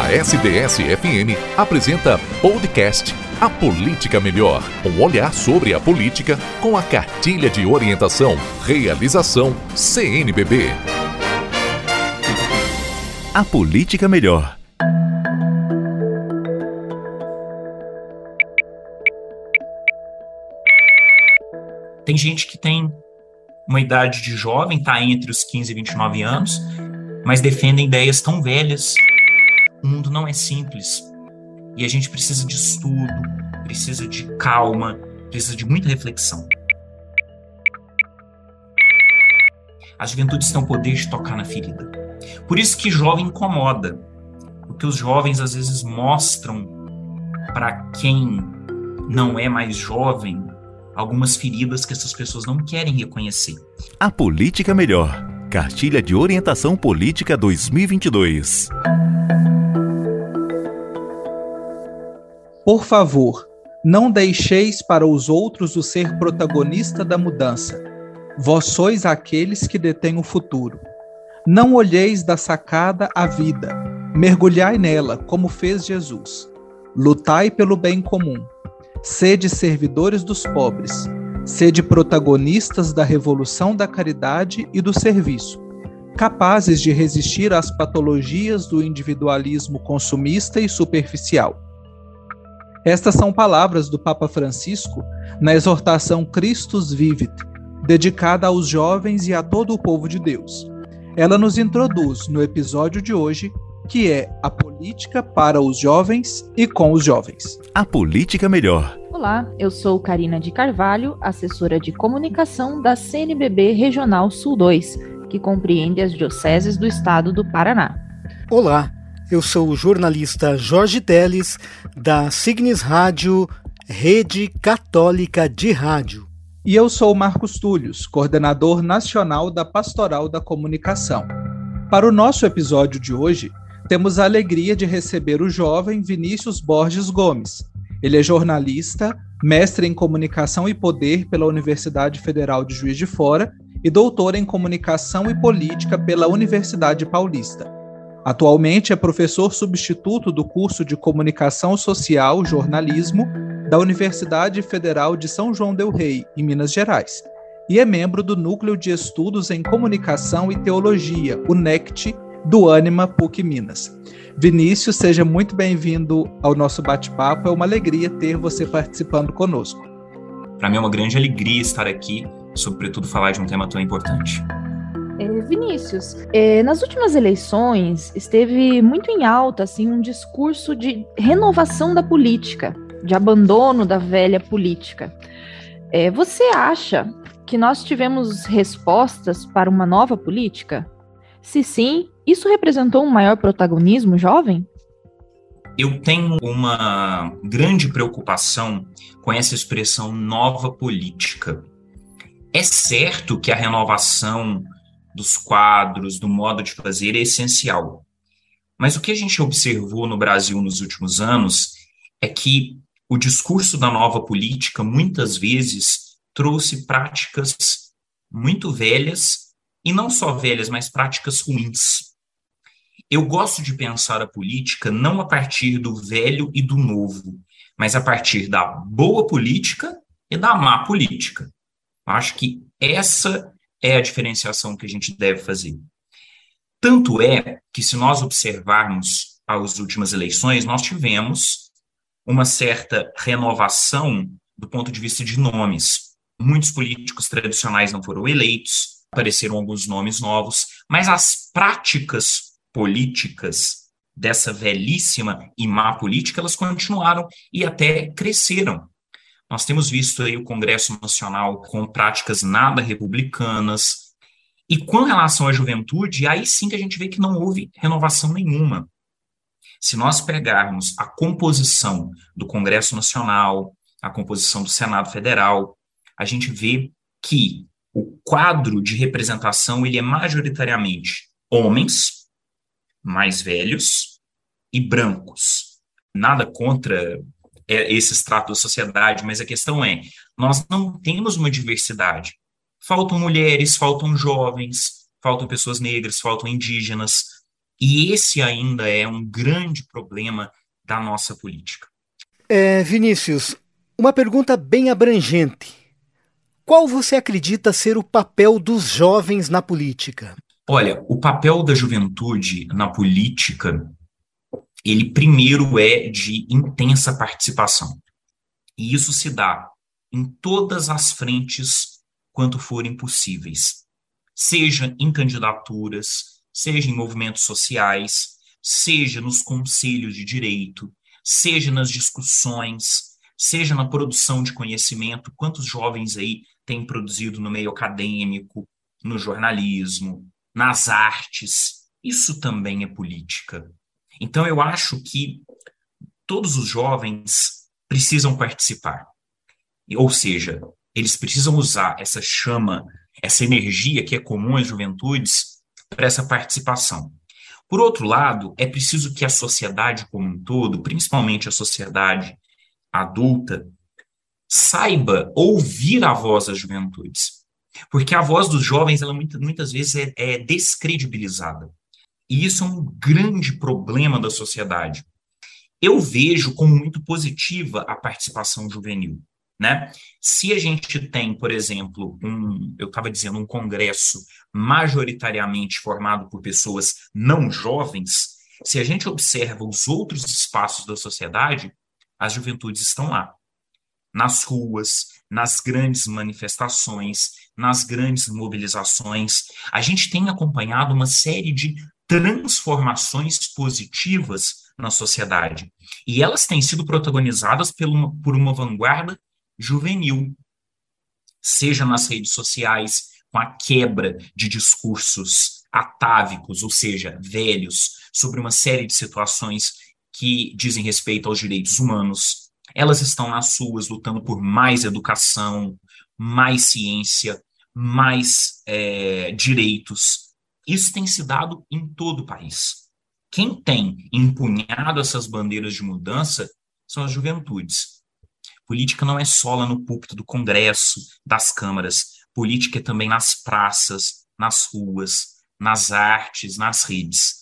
A SDS-FM apresenta podcast A Política Melhor, um olhar sobre a política com a cartilha de orientação, realização CNBB. A Política Melhor. Tem gente que tem uma idade de jovem, está entre os 15 e 29 anos, mas defendem ideias tão velhas. O mundo não é simples. E a gente precisa de estudo, precisa de calma, precisa de muita reflexão. As juventudes têm o poder de tocar na ferida. Por isso que jovem incomoda. Porque os jovens às vezes mostram para quem não é mais jovem algumas feridas que essas pessoas não querem reconhecer. A Política Melhor. Cartilha de Orientação Política 2022. Por favor, não deixeis para os outros o ser protagonista da mudança. Vós sois aqueles que detêm o futuro. Não olheis da sacada a vida. Mergulhai nela, como fez Jesus. Lutai pelo bem comum. Sede servidores dos pobres. Sede protagonistas da revolução da caridade e do serviço, capazes de resistir às patologias do individualismo consumista e superficial. Estas são palavras do Papa Francisco na exortação Christus Vivit, dedicada aos jovens e a todo o povo de Deus. Ela nos introduz no episódio de hoje, que é a política para os jovens e com os jovens. A Política Melhor. Olá, eu sou Karina de Carvalho, assessora de comunicação da CNBB Regional Sul 2, que compreende as dioceses do estado do Paraná. Olá, eu sou o jornalista Jorge Teles, da Signis Rádio, Rede Católica de Rádio. E eu sou Marcos Túlios, coordenador nacional da Pastoral da Comunicação. Para o nosso episódio de hoje, temos a alegria de receber o jovem Vinícius Borges Gomes. Ele é jornalista, mestre em Comunicação e Poder pela Universidade Federal de Juiz de Fora e doutor em Comunicação e Política pela Universidade Paulista. Atualmente é professor substituto do curso de Comunicação Social e Jornalismo da Universidade Federal de São João del Rei, em Minas Gerais, e é membro do Núcleo de Estudos em Comunicação e Teologia, o NECT, do Ânima PUC Minas. Vinícius, seja muito bem-vindo ao nosso bate-papo. É uma alegria ter você participando conosco. Para mim é uma grande alegria estar aqui, sobretudo falar de um tema tão importante. Vinícius, nas últimas eleições esteve muito em alta assim, um discurso de renovação da política, de abandono da velha política. Você acha que nós tivemos respostas para uma nova política? Se sim, isso representou um maior protagonismo jovem? Eu tenho uma grande preocupação com essa expressão nova política. É certo que a renovação dos quadros, do modo de fazer é essencial. Mas o que a gente observou no Brasil nos últimos anos é que o discurso da nova política muitas vezes trouxe práticas muito velhas, e não só velhas, mas práticas ruins. Eu gosto de pensar a política não a partir do velho e do novo, mas a partir da boa política e da má política. Acho que essa é a diferenciação que a gente deve fazer. Tanto é que, se nós observarmos as últimas eleições, nós tivemos uma certa renovação do ponto de vista de nomes. Muitos políticos tradicionais não foram eleitos, apareceram alguns nomes novos, mas as práticas políticas dessa velhíssima e má política, elas continuaram e até cresceram. Nós temos visto aí o Congresso Nacional com práticas nada republicanas, e com relação à juventude, aí sim que a gente vê que não houve renovação nenhuma. Se nós pegarmos a composição do Congresso Nacional, a composição do Senado Federal, a gente vê que o quadro de representação ele é majoritariamente homens mais velhos e brancos. Nada contra esse extrato da sociedade, mas a questão é, nós não temos uma diversidade. Faltam mulheres, faltam jovens, faltam pessoas negras, faltam indígenas. E esse ainda é um grande problema da nossa política. Vinícius, uma pergunta bem abrangente. Qual você acredita ser o papel dos jovens na política? Olha, o papel da juventude na política, ele primeiro é de intensa participação. E isso se dá em todas as frentes quanto forem possíveis. Seja em candidaturas, seja em movimentos sociais, seja nos conselhos de direito, seja nas discussões, seja na produção de conhecimento. Quantos jovens aí têm produzido no meio acadêmico, no jornalismo, nas artes? Isso também é política. Então, eu acho que todos os jovens precisam participar. Ou seja, eles precisam usar essa chama, essa energia que é comum às juventudes para essa participação. Por outro lado, é preciso que a sociedade como um todo, principalmente a sociedade adulta, saiba ouvir a voz das juventudes. Porque a voz dos jovens, ela muitas vezes é descredibilizada. E isso é um grande problema da sociedade. Eu vejo como muito positiva a participação juvenil, né? Se a gente tem, por exemplo, um congresso majoritariamente formado por pessoas não jovens, se a gente observa os outros espaços da sociedade, as juventudes estão lá, nas ruas, nas grandes manifestações, nas grandes mobilizações. A gente tem acompanhado uma série de transformações positivas na sociedade. E elas têm sido protagonizadas por uma vanguarda juvenil, seja nas redes sociais, com a quebra de discursos atávicos, ou seja, velhos, sobre uma série de situações que dizem respeito aos direitos humanos. Elas estão nas ruas lutando por mais educação, mais ciência, mais direitos. Isso tem se dado em todo o país. Quem tem empunhado essas bandeiras de mudança são as juventudes. Política não é só lá no púlpito do Congresso, das câmaras. Política é também nas praças, nas ruas, nas artes, nas redes.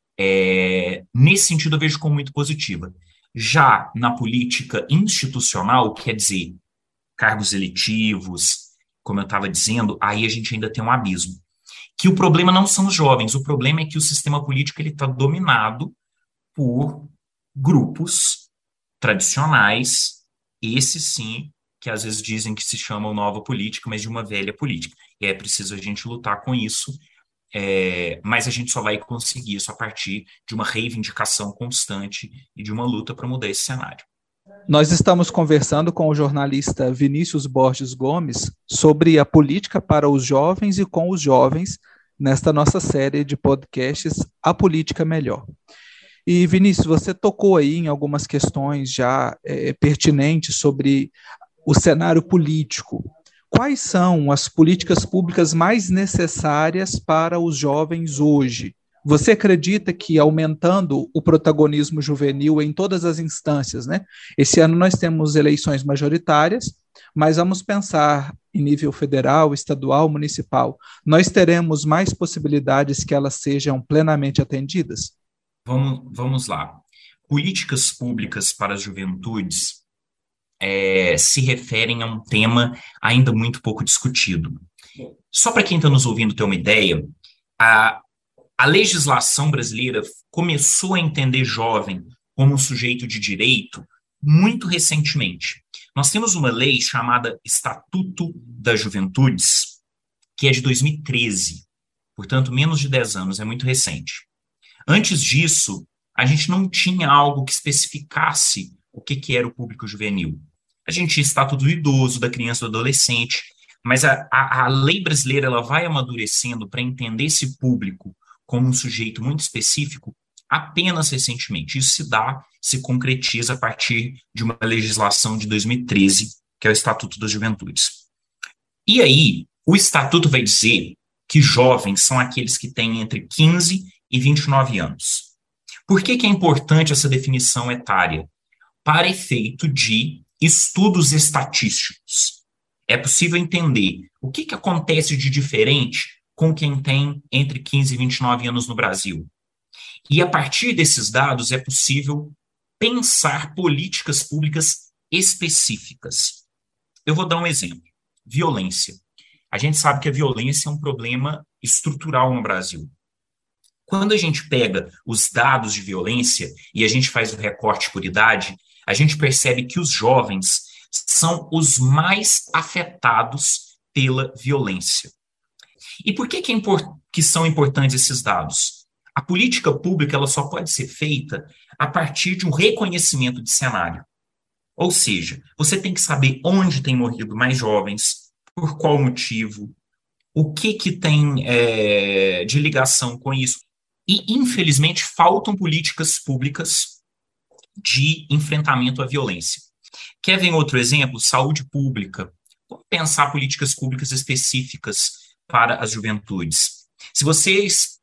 Nesse sentido, eu vejo como muito positiva. Já na política institucional, quer dizer, cargos eletivos, como eu estava dizendo, aí a gente ainda tem um abismo. Que o problema não são os jovens, o problema é que o sistema político está dominado por grupos tradicionais, esses sim, que às vezes dizem que se chamam nova política, mas de uma velha política. E é preciso a gente lutar com isso, mas a gente só vai conseguir isso a partir de uma reivindicação constante e de uma luta para mudar esse cenário. Nós estamos conversando com o jornalista Vinícius Borges Gomes sobre a política para os jovens e com os jovens nesta nossa série de podcasts A Política Melhor. E, Vinícius, você tocou aí em algumas questões já pertinentes sobre o cenário político. Quais são as políticas públicas mais necessárias para os jovens hoje? Você acredita que aumentando o protagonismo juvenil em todas as instâncias, né? Esse ano nós temos eleições majoritárias, mas vamos pensar em nível federal, estadual, municipal. Nós teremos mais possibilidades que elas sejam plenamente atendidas? Vamos lá. Políticas públicas para as juventudes se referem a um tema ainda muito pouco discutido. Só para quem está nos ouvindo ter uma ideia, a legislação brasileira começou a entender jovem como um sujeito de direito muito recentemente. Nós temos uma lei chamada Estatuto das Juventudes, que é de 2013, portanto, menos de 10 anos, é muito recente. Antes disso, a gente não tinha algo que especificasse o que era o público juvenil. A gente tinha Estatuto do Idoso, da criança e do adolescente, mas a lei brasileira ela vai amadurecendo para entender esse público como um sujeito muito específico apenas recentemente. Isso se concretiza a partir de uma legislação de 2013, que é o Estatuto das Juventudes. E aí, o Estatuto vai dizer que jovens são aqueles que têm entre 15 e 29 anos. Por que é importante essa definição etária? Para efeito de estudos estatísticos. É possível entender o que acontece de diferente com quem tem entre 15 e 29 anos no Brasil. E a partir desses dados é possível pensar políticas públicas específicas. Eu vou dar um exemplo. Violência. A gente sabe que a violência é um problema estrutural no Brasil. Quando a gente pega os dados de violência e a gente faz o recorte por idade, a gente percebe que os jovens são os mais afetados pela violência. E por que são importantes esses dados? A política pública ela só pode ser feita a partir de um reconhecimento de cenário. Ou seja, você tem que saber onde tem morrido mais jovens, por qual motivo, o que tem de ligação com isso. E, infelizmente, faltam políticas públicas de enfrentamento à violência. Quer ver outro exemplo? Saúde pública. Vamos pensar políticas públicas específicas para as juventudes. Se vocês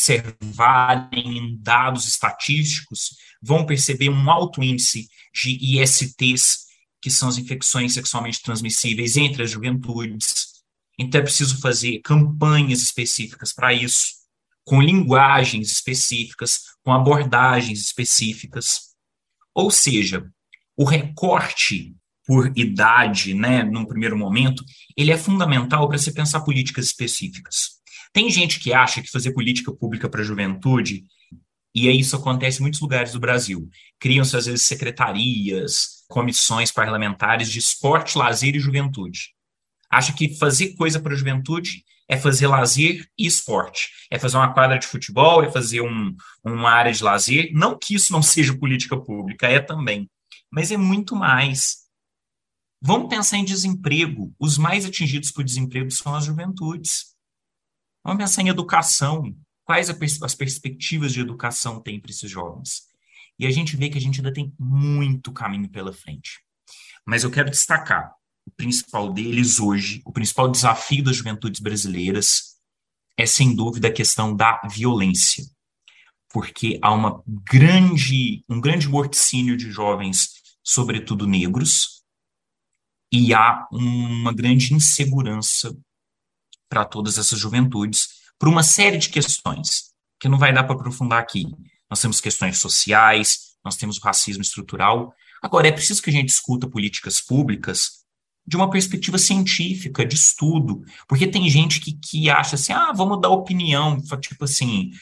observarem dados estatísticos, vão perceber um alto índice de ISTs, que são as infecções sexualmente transmissíveis entre as juventudes. Então é preciso fazer campanhas específicas para isso, com linguagens específicas, com abordagens específicas. Ou seja, o recorte por idade, né, num primeiro momento, ele é fundamental para se pensar políticas específicas. Tem gente que acha que fazer política pública para a juventude, e aí isso acontece em muitos lugares do Brasil, criam-se às vezes secretarias, comissões parlamentares de esporte, lazer e juventude. Acha que fazer coisa para a juventude é fazer lazer e esporte. É fazer uma quadra de futebol, é fazer uma área de lazer. Não que isso não seja política pública, é também. Mas é muito mais. Vamos pensar em desemprego. Os mais atingidos por desemprego são as juventudes. Vamos pensar em educação. Quais as perspectivas de educação tem para esses jovens? E a gente vê que a gente ainda tem muito caminho pela frente. Mas eu quero destacar o principal deles hoje, o principal desafio das juventudes brasileiras é, sem dúvida, a questão da violência. Porque há um grande morticínio de jovens, sobretudo negros, e há uma grande insegurança para todas essas juventudes, por uma série de questões, que não vai dar para aprofundar aqui. Nós temos questões sociais, nós temos o racismo estrutural. Agora, é preciso que a gente discuta políticas públicas de uma perspectiva científica, de estudo, porque tem gente que acha assim, vamos dar opinião, tipo assim,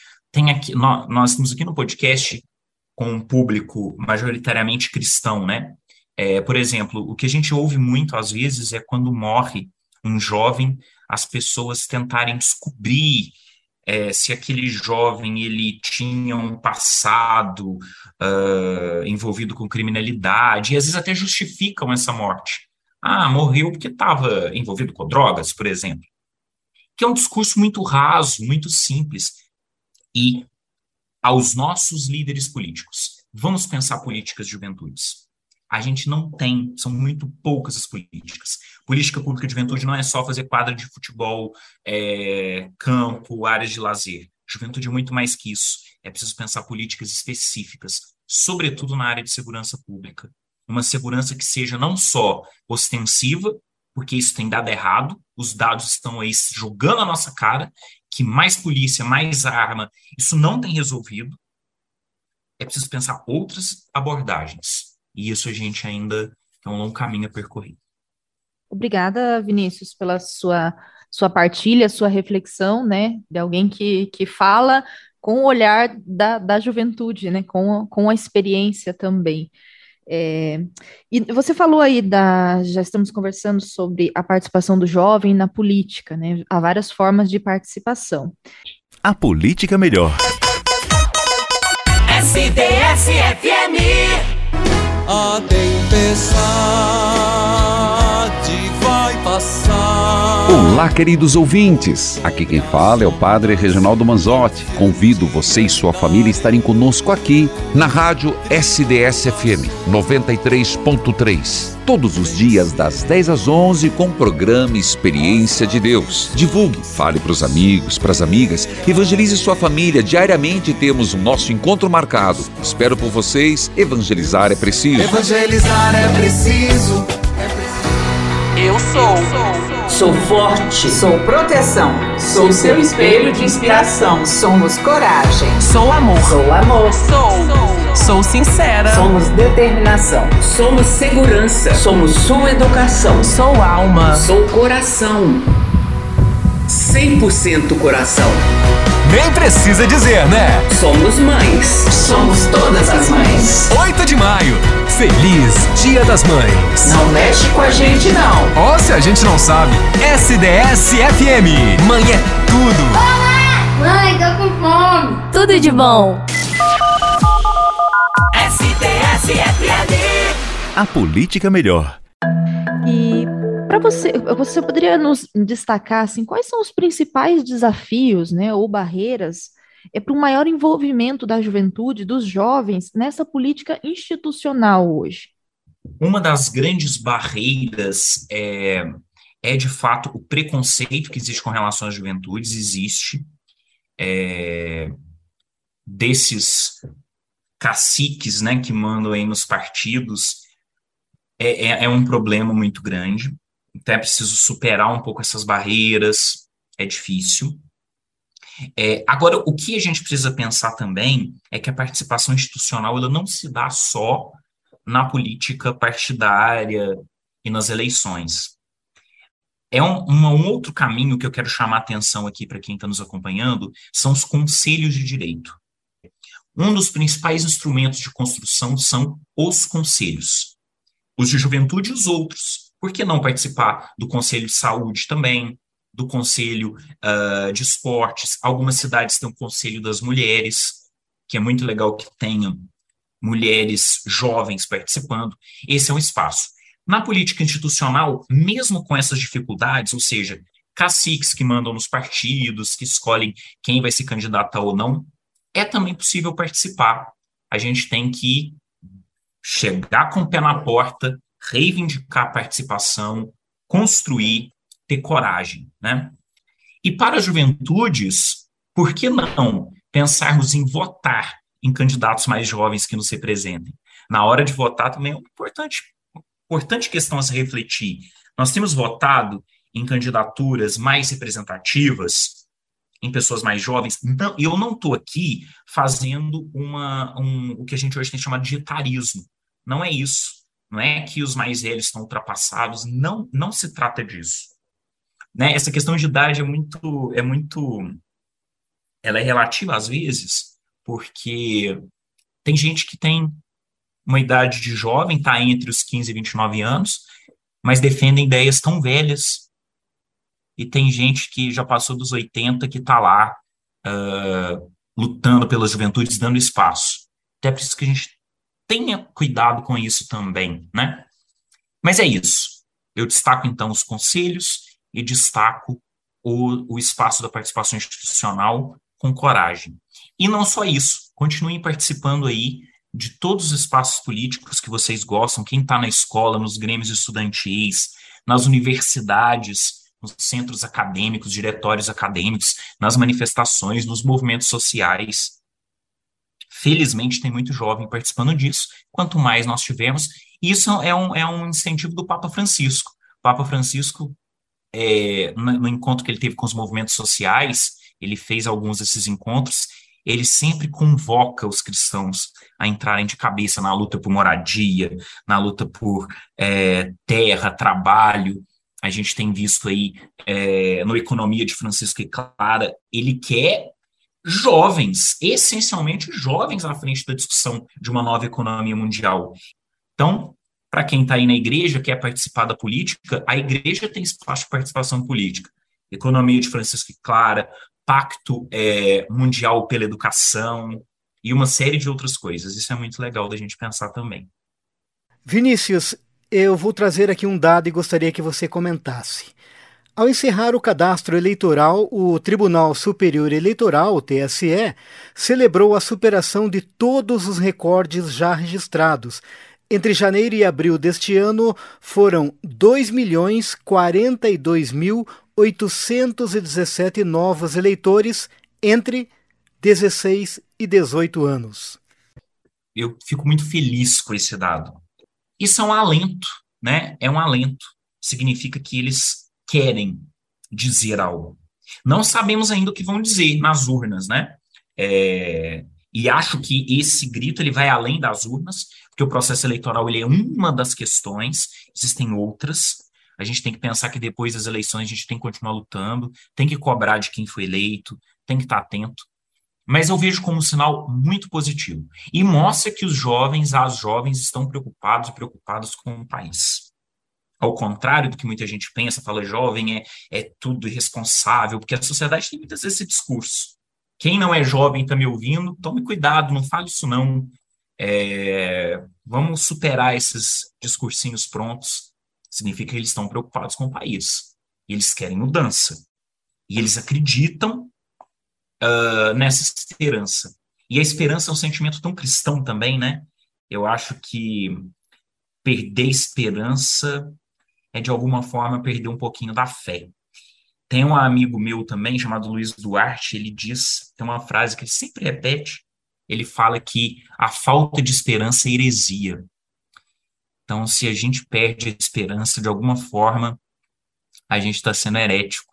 nós estamos aqui no podcast com um público majoritariamente cristão, né? Por exemplo, o que a gente ouve muito às vezes é quando morre um jovem, as pessoas tentarem descobrir se aquele jovem ele tinha um passado envolvido com criminalidade, e às vezes até justificam essa morte. Morreu porque estava envolvido com drogas, por exemplo. Que é um discurso muito raso, muito simples. E aos nossos líderes políticos, vamos pensar políticas de juventudes. A gente não tem, são muito poucas as políticas. Política pública de juventude não é só fazer quadra de futebol, campo, áreas de lazer. Juventude é muito mais que isso. É preciso pensar políticas específicas, sobretudo na área de segurança pública. Uma segurança que seja não só ostensiva, porque isso tem dado errado, os dados estão aí jogando a nossa cara, que mais polícia, mais arma, isso não tem resolvido. É preciso pensar outras abordagens. E isso a gente ainda tem um longo caminho a percorrer. Obrigada, Vinícius, pela sua partilha, sua reflexão, né, de alguém que fala com o olhar da juventude, né, com a experiência também. E você falou aí já estamos conversando sobre a participação do jovem na política, né? Há várias formas de participação. A política melhor. SDS-FM. A tempestade vai passar. Olá, queridos ouvintes. Aqui quem fala é o Padre Reginaldo Manzotti. Convido você e sua família a estarem conosco aqui na rádio SDS-FM 93.3. Todos os dias das 10 às 11 com o programa Experiência de Deus. Divulgue, fale para os amigos, para as amigas, evangelize sua família. Diariamente temos o nosso encontro marcado. Espero por vocês. Evangelizar é preciso. Evangelizar é preciso. Eu Sou forte. Sou proteção. Sou seu espelho de inspiração. Somos coragem. Sou amor. Sou amor. Sou sincera. Somos determinação. Somos segurança. Somos sua educação. Sou alma. Sou coração. 100% coração. Nem precisa dizer, né? Somos mães. Somos todas as mães. 8 de maio. Feliz Dia das Mães. Não mexe com a gente, não. Ó, se a gente não sabe. SDS-FM. Mãe é tudo. Mãe, tô com fome. Tudo de bom. SDS-FM. A política melhor. E para você poderia nos destacar assim, quais são os principais desafios, né, ou barreiras para um maior envolvimento da juventude, dos jovens, nessa política institucional hoje? Uma das grandes barreiras é de fato, o preconceito que existe com relação às juventudes, existe, desses caciques, né, que mandam aí nos partidos, é um problema muito grande. Então é preciso superar um pouco essas barreiras, é difícil. Agora, o que a gente precisa pensar também é que a participação institucional ela não se dá só na política partidária e nas eleições. Um outro caminho que eu quero chamar a atenção aqui para quem está nos acompanhando são os conselhos de direito. Um dos principais instrumentos de construção são os conselhos. Os de juventude e os outros. Por que não participar do Conselho de Saúde também, do Conselho de Esportes? Algumas cidades têm o Conselho das Mulheres, que é muito legal que tenham mulheres jovens participando. Esse é um espaço. Na política institucional, mesmo com essas dificuldades, ou seja, caciques que mandam nos partidos, que escolhem quem vai se candidatar ou não, é também possível participar. A gente tem que chegar com o pé na porta, reivindicar a participação, construir, ter coragem, né? E para as juventudes, por que não pensarmos em votar em candidatos mais jovens que nos representem? Na hora de votar também é uma importante questão a se refletir. Nós temos votado em candidaturas mais representativas, em pessoas mais jovens. Não, eu não estou aqui fazendo o que a gente hoje tem chamado de etarismo. Não é isso. Não é que os mais velhos estão ultrapassados. Não se trata disso. Né? Essa questão de idade ela é relativa às vezes, porque tem gente que tem uma idade de jovem, está entre os 15 e 29 anos, mas defendem ideias tão velhas. E tem gente que já passou dos 80 que está lá lutando pelas juventudes, dando espaço. Até por isso que a gente tenha cuidado com isso também, né? Mas é isso. Eu destaco, então, os conselhos e destaco o espaço da participação institucional com coragem. E não só isso. Continuem participando aí de todos os espaços políticos que vocês gostam, quem está na escola, nos grêmios estudantis, nas universidades, nos centros acadêmicos, diretórios acadêmicos, nas manifestações, nos movimentos sociais. Felizmente tem muito jovem participando disso. Quanto mais nós tivermos, isso é um incentivo do Papa Francisco. O Papa Francisco, no encontro que ele teve com os movimentos sociais, ele fez alguns desses encontros, ele sempre convoca os cristãos a entrarem de cabeça na luta por moradia, na luta por terra, trabalho. A gente tem visto aí no Economia de Francisco e Clara, ele quer jovens, essencialmente jovens à frente da discussão de uma nova economia mundial. Então, para quem está aí na igreja, quer participar da política, a igreja tem espaço de participação política. Economia de Francisco e Clara, Pacto Mundial pela Educação e uma série de outras coisas. Isso é muito legal da gente pensar também. Vinícius, eu vou trazer aqui um dado e gostaria que você comentasse. Ao encerrar o cadastro eleitoral, o Tribunal Superior Eleitoral, o TSE, celebrou a superação de todos os recordes já registrados. Entre janeiro e abril deste ano, foram 2.042.817 novos eleitores entre 16 e 18 anos. Eu fico muito feliz com esse dado. Isso é um alento, né? É um alento. significa que eles querem dizer algo. Não sabemos ainda o que vão dizer nas urnas, né? E acho que esse grito ele vai além das urnas, porque o processo eleitoral ele é uma das questões, existem outras. A gente tem que pensar que depois das eleições a gente tem que continuar lutando, tem que cobrar de quem foi eleito, tem que estar atento. Mas eu vejo como um sinal muito positivo. E mostra que os jovens, as jovens, estão preocupados com o país. Ao contrário do que muita gente pensa, fala jovem é tudo irresponsável, porque a sociedade tem muitas vezes esse discurso. Quem não é jovem está me ouvindo, tome cuidado, não fale isso não. Vamos superar esses discursinhos prontos. Significa que eles estão preocupados com o país. E eles querem mudança. E eles acreditam nessa esperança. E a esperança é um sentimento tão cristão também, né? Eu acho que perder esperança é, de alguma forma, perder um pouquinho da fé. Tem um amigo meu também, chamado Luiz Duarte, ele diz, tem uma frase que ele sempre repete, ele fala que a falta de esperança é heresia. Então, se a gente perde a esperança, de alguma forma, a gente está sendo herético,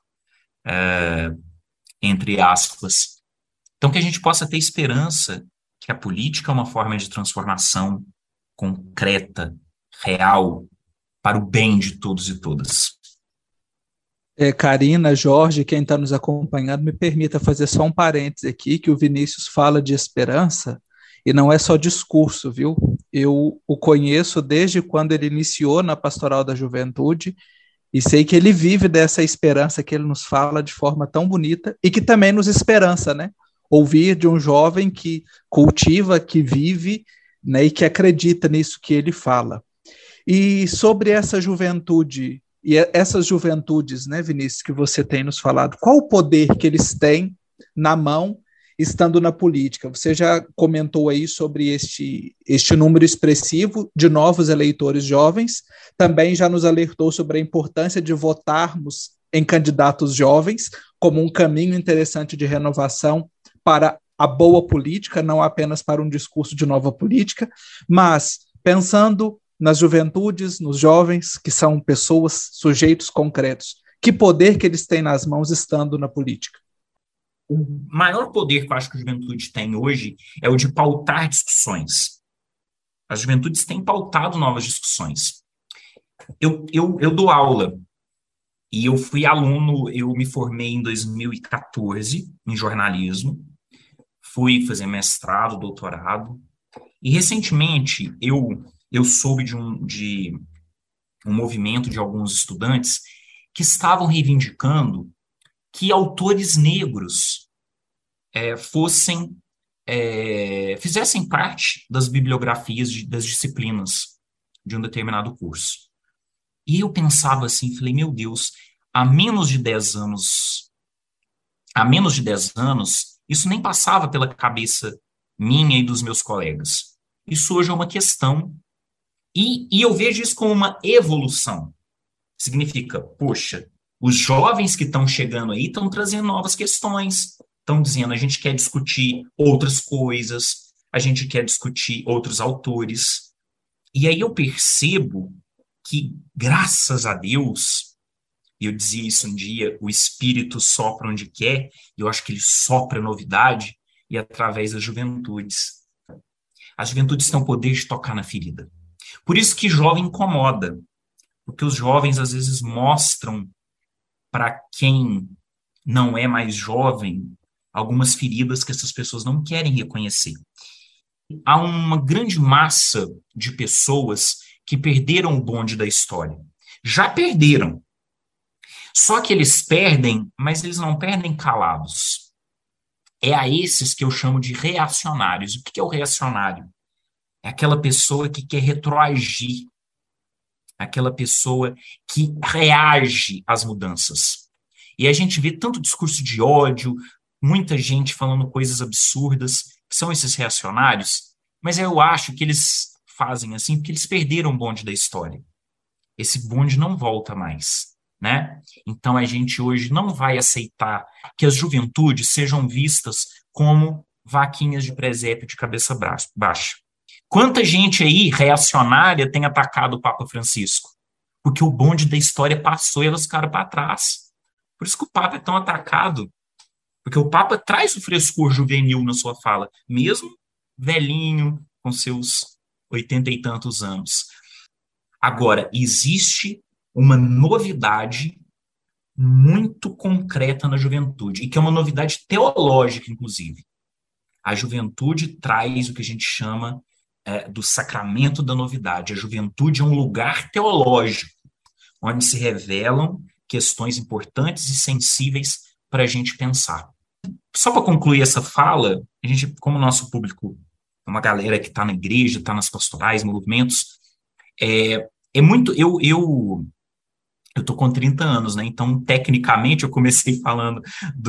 entre aspas. Então, que a gente possa ter esperança que a política é uma forma de transformação concreta, real, para o bem de todos e todas. Karina, Jorge, quem está nos acompanhando, me permita fazer só um parêntese aqui, que o Vinícius fala de esperança, e não é só discurso, viu? Eu o conheço desde quando ele iniciou na Pastoral da Juventude, e sei que ele vive dessa esperança que ele nos fala de forma tão bonita, e que também nos esperança, né? Ouvir de um jovem que cultiva, que vive, né, e que acredita nisso que ele fala. E sobre essa juventude, e essas juventudes, né, Vinícius, que você tem nos falado, qual o poder que eles têm na mão estando na política? Você já comentou aí sobre este número expressivo de novos eleitores jovens, também já nos alertou sobre a importância de votarmos em candidatos jovens como um caminho interessante de renovação para a boa política, não apenas para um discurso de nova política, mas pensando nas juventudes, nos jovens, que são pessoas, sujeitos concretos, que poder que eles têm nas mãos estando na política? O maior poder que eu acho que a juventude tem hoje é o de pautar discussões. As juventudes têm pautado novas discussões. Eu dou aula, e eu fui aluno, eu me formei em 2014 em jornalismo, fui fazer mestrado, doutorado, e recentemente eu soube de um movimento de alguns estudantes que estavam reivindicando que autores negros fizessem parte das bibliografias das disciplinas de um determinado curso. E eu pensava assim, falei, meu Deus, há menos de 10 anos, isso nem passava pela cabeça minha e dos meus colegas. Isso hoje é uma questão. E eu vejo isso como uma evolução. Significa, poxa, os jovens que estão chegando aí estão trazendo novas questões, estão dizendo a gente quer discutir outras coisas, a gente quer discutir outros autores. E aí eu percebo que, graças a Deus, e eu dizia isso um dia, o Espírito sopra onde quer, e eu acho que ele sopra novidade, e através das juventudes. As juventudes têm o poder de tocar na ferida. Por isso que jovem incomoda, porque os jovens às vezes mostram para quem não é mais jovem algumas feridas que essas pessoas não querem reconhecer. Há uma grande massa de pessoas que perderam o bonde da história. Já perderam. Só que eles perdem, mas eles não perdem calados. É a esses que eu chamo de reacionários. O que é o reacionário? É aquela pessoa que quer retroagir, aquela pessoa que reage às mudanças. E a gente vê tanto discurso de ódio, muita gente falando coisas absurdas, que são esses reacionários, mas eu acho que eles fazem assim porque eles perderam o bonde da história. Esse bonde não volta mais, né? Então a gente hoje não vai aceitar que as juventudes sejam vistas como vaquinhas de presépio de cabeça baixa. Quanta gente aí, reacionária, tem atacado o Papa Francisco? porque o bonde da história passou e elas ficaram para trás. Por isso que o Papa é tão atacado, porque o Papa traz o frescor juvenil na sua fala, mesmo velhinho, com seus 80 e tantos anos. Agora, existe uma novidade muito concreta na juventude, e que é uma novidade teológica, inclusive. A juventude traz o que a gente chama do sacramento da novidade. A juventude é um lugar teológico, onde se revelam questões importantes e sensíveis para a gente pensar. Só para concluir essa fala, a gente, como nosso público é uma galera que está na igreja, está nas pastorais, movimentos, é muito... Eu estou com 30 anos, né? Então, tecnicamente, eu comecei falando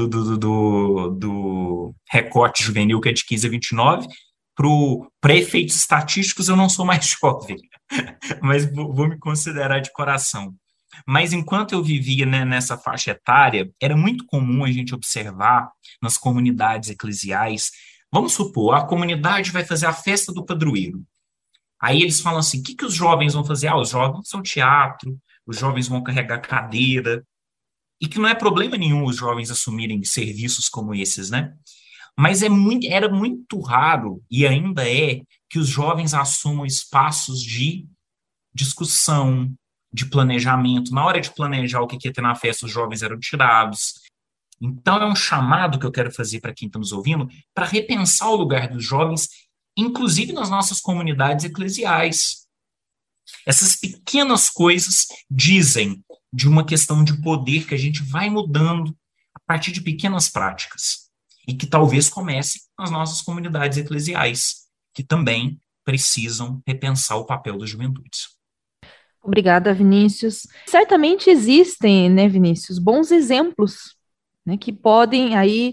do recorte juvenil, que é de 15 a 29, para efeitos estatísticos, eu não sou mais jovem, mas vou me considerar de coração. Mas enquanto eu vivia, né, nessa faixa etária, era muito comum a gente observar nas comunidades eclesiais, vamos supor, a comunidade vai fazer a festa do padroeiro. Aí eles falam assim, o que os jovens vão fazer? Os jovens são teatro, os jovens vão carregar cadeira, e que não é problema nenhum os jovens assumirem serviços como esses, né? Mas era muito raro, e ainda é, que os jovens assumam espaços de discussão, de planejamento. Na hora de planejar o que ia ter na festa, os jovens eram tirados. Então, é um chamado que eu quero fazer para quem está nos ouvindo, para repensar o lugar dos jovens, inclusive nas nossas comunidades eclesiais. Essas pequenas coisas dizem de uma questão de poder que a gente vai mudando a partir de pequenas práticas. E que talvez comece nas nossas comunidades eclesiais, que também precisam repensar o papel das juventudes. Obrigada, Vinícius. Certamente existem, né, Vinícius, bons exemplos, né, que podem aí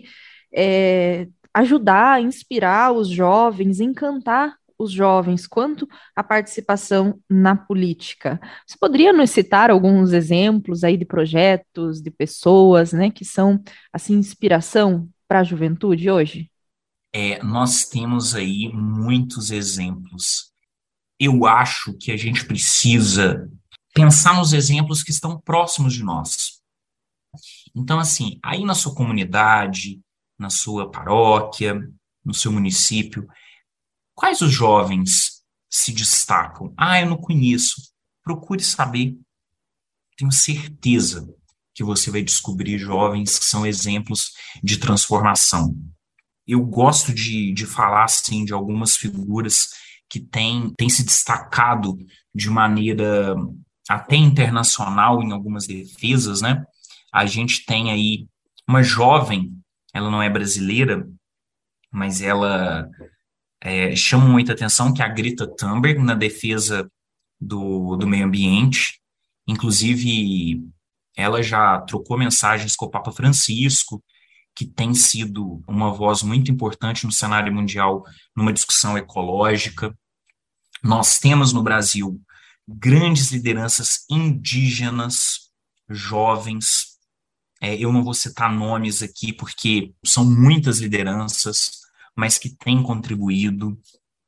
ajudar, inspirar os jovens, encantar os jovens quanto à participação na política. Você poderia nos citar alguns exemplos aí de projetos, de pessoas, né, que são, assim, inspiração para a juventude hoje? Nós temos aí muitos exemplos. Eu acho que a gente precisa pensar nos exemplos que estão próximos de nós. Então, assim, aí na sua comunidade, na sua paróquia, no seu município, quais os jovens se destacam? Eu não conheço. Procure saber. Tenho certeza que você vai descobrir jovens que são exemplos de transformação. Eu gosto de falar, assim, de algumas figuras que têm se destacado de maneira até internacional em algumas defesas, né? A gente tem aí uma jovem, ela não é brasileira, mas ela chama muita atenção, que é a Greta Thunberg, na defesa do meio ambiente. Inclusive, ela já trocou mensagens com o Papa Francisco, que tem sido uma voz muito importante no cenário mundial numa discussão ecológica. Nós temos no Brasil grandes lideranças indígenas, jovens. Eu não vou citar nomes aqui, porque são muitas lideranças, mas que têm contribuído,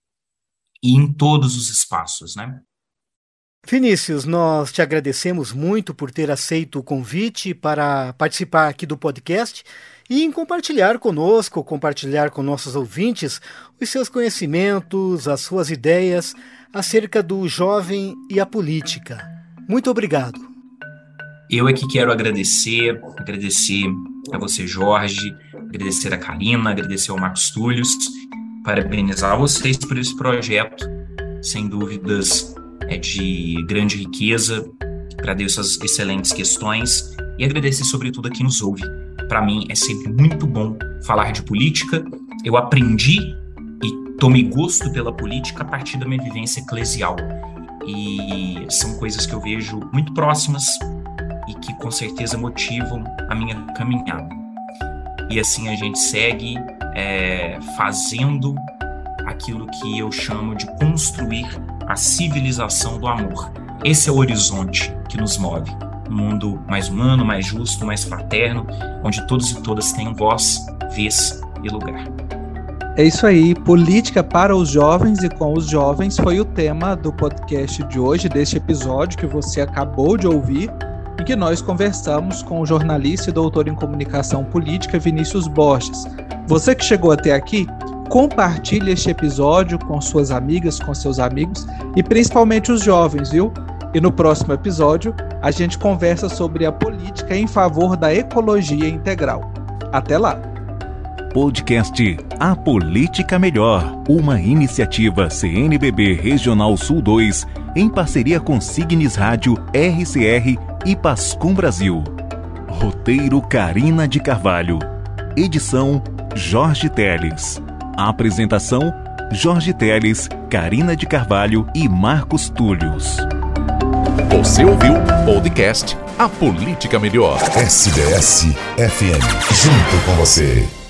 e em todos os espaços, né? Vinícius, nós te agradecemos muito por ter aceito o convite para participar aqui do podcast e em compartilhar conosco, compartilhar com nossos ouvintes os seus conhecimentos, as suas ideias acerca do jovem e a política. Muito obrigado. Eu é que quero agradecer a você, Jorge, agradecer a Karina, agradecer ao Marcos Túlios, parabenizar vocês por esse projeto, sem dúvidas é de grande riqueza. Agradeço as excelentes questões e agradecer sobretudo a quem nos ouve. Para mim é sempre muito bom falar de política. Eu aprendi e tomei gosto pela política a partir da minha vivência eclesial. E são coisas que eu vejo muito próximas e que com certeza motivam a minha caminhada. E assim a gente segue fazendo aquilo que eu chamo de construir a civilização do amor. Esse é o horizonte que nos move. Um mundo mais humano, mais justo, mais fraterno, onde todos e todas tenham voz, vez e lugar. É isso aí, política para os jovens e com os jovens foi o tema do podcast de hoje, deste episódio que você acabou de ouvir e que nós conversamos com o jornalista e doutor em comunicação política Vinícius Borges. Você que chegou até aqui, compartilhe este episódio com suas amigas, com seus amigos e principalmente os jovens, viu? E no próximo episódio a gente conversa sobre a política em favor da ecologia integral. Até lá! Podcast A Política Melhor, uma iniciativa CNBB Regional Sul 2, em parceria com Signes Rádio, RCR e Pascom Brasil. Roteiro Carina de Carvalho. Edição Jorge Teles. Apresentação Jorge Teles, Carina de Carvalho e Marcos Túlios. Você ouviu o podcast A Política Melhor. SBS FM, junto com você.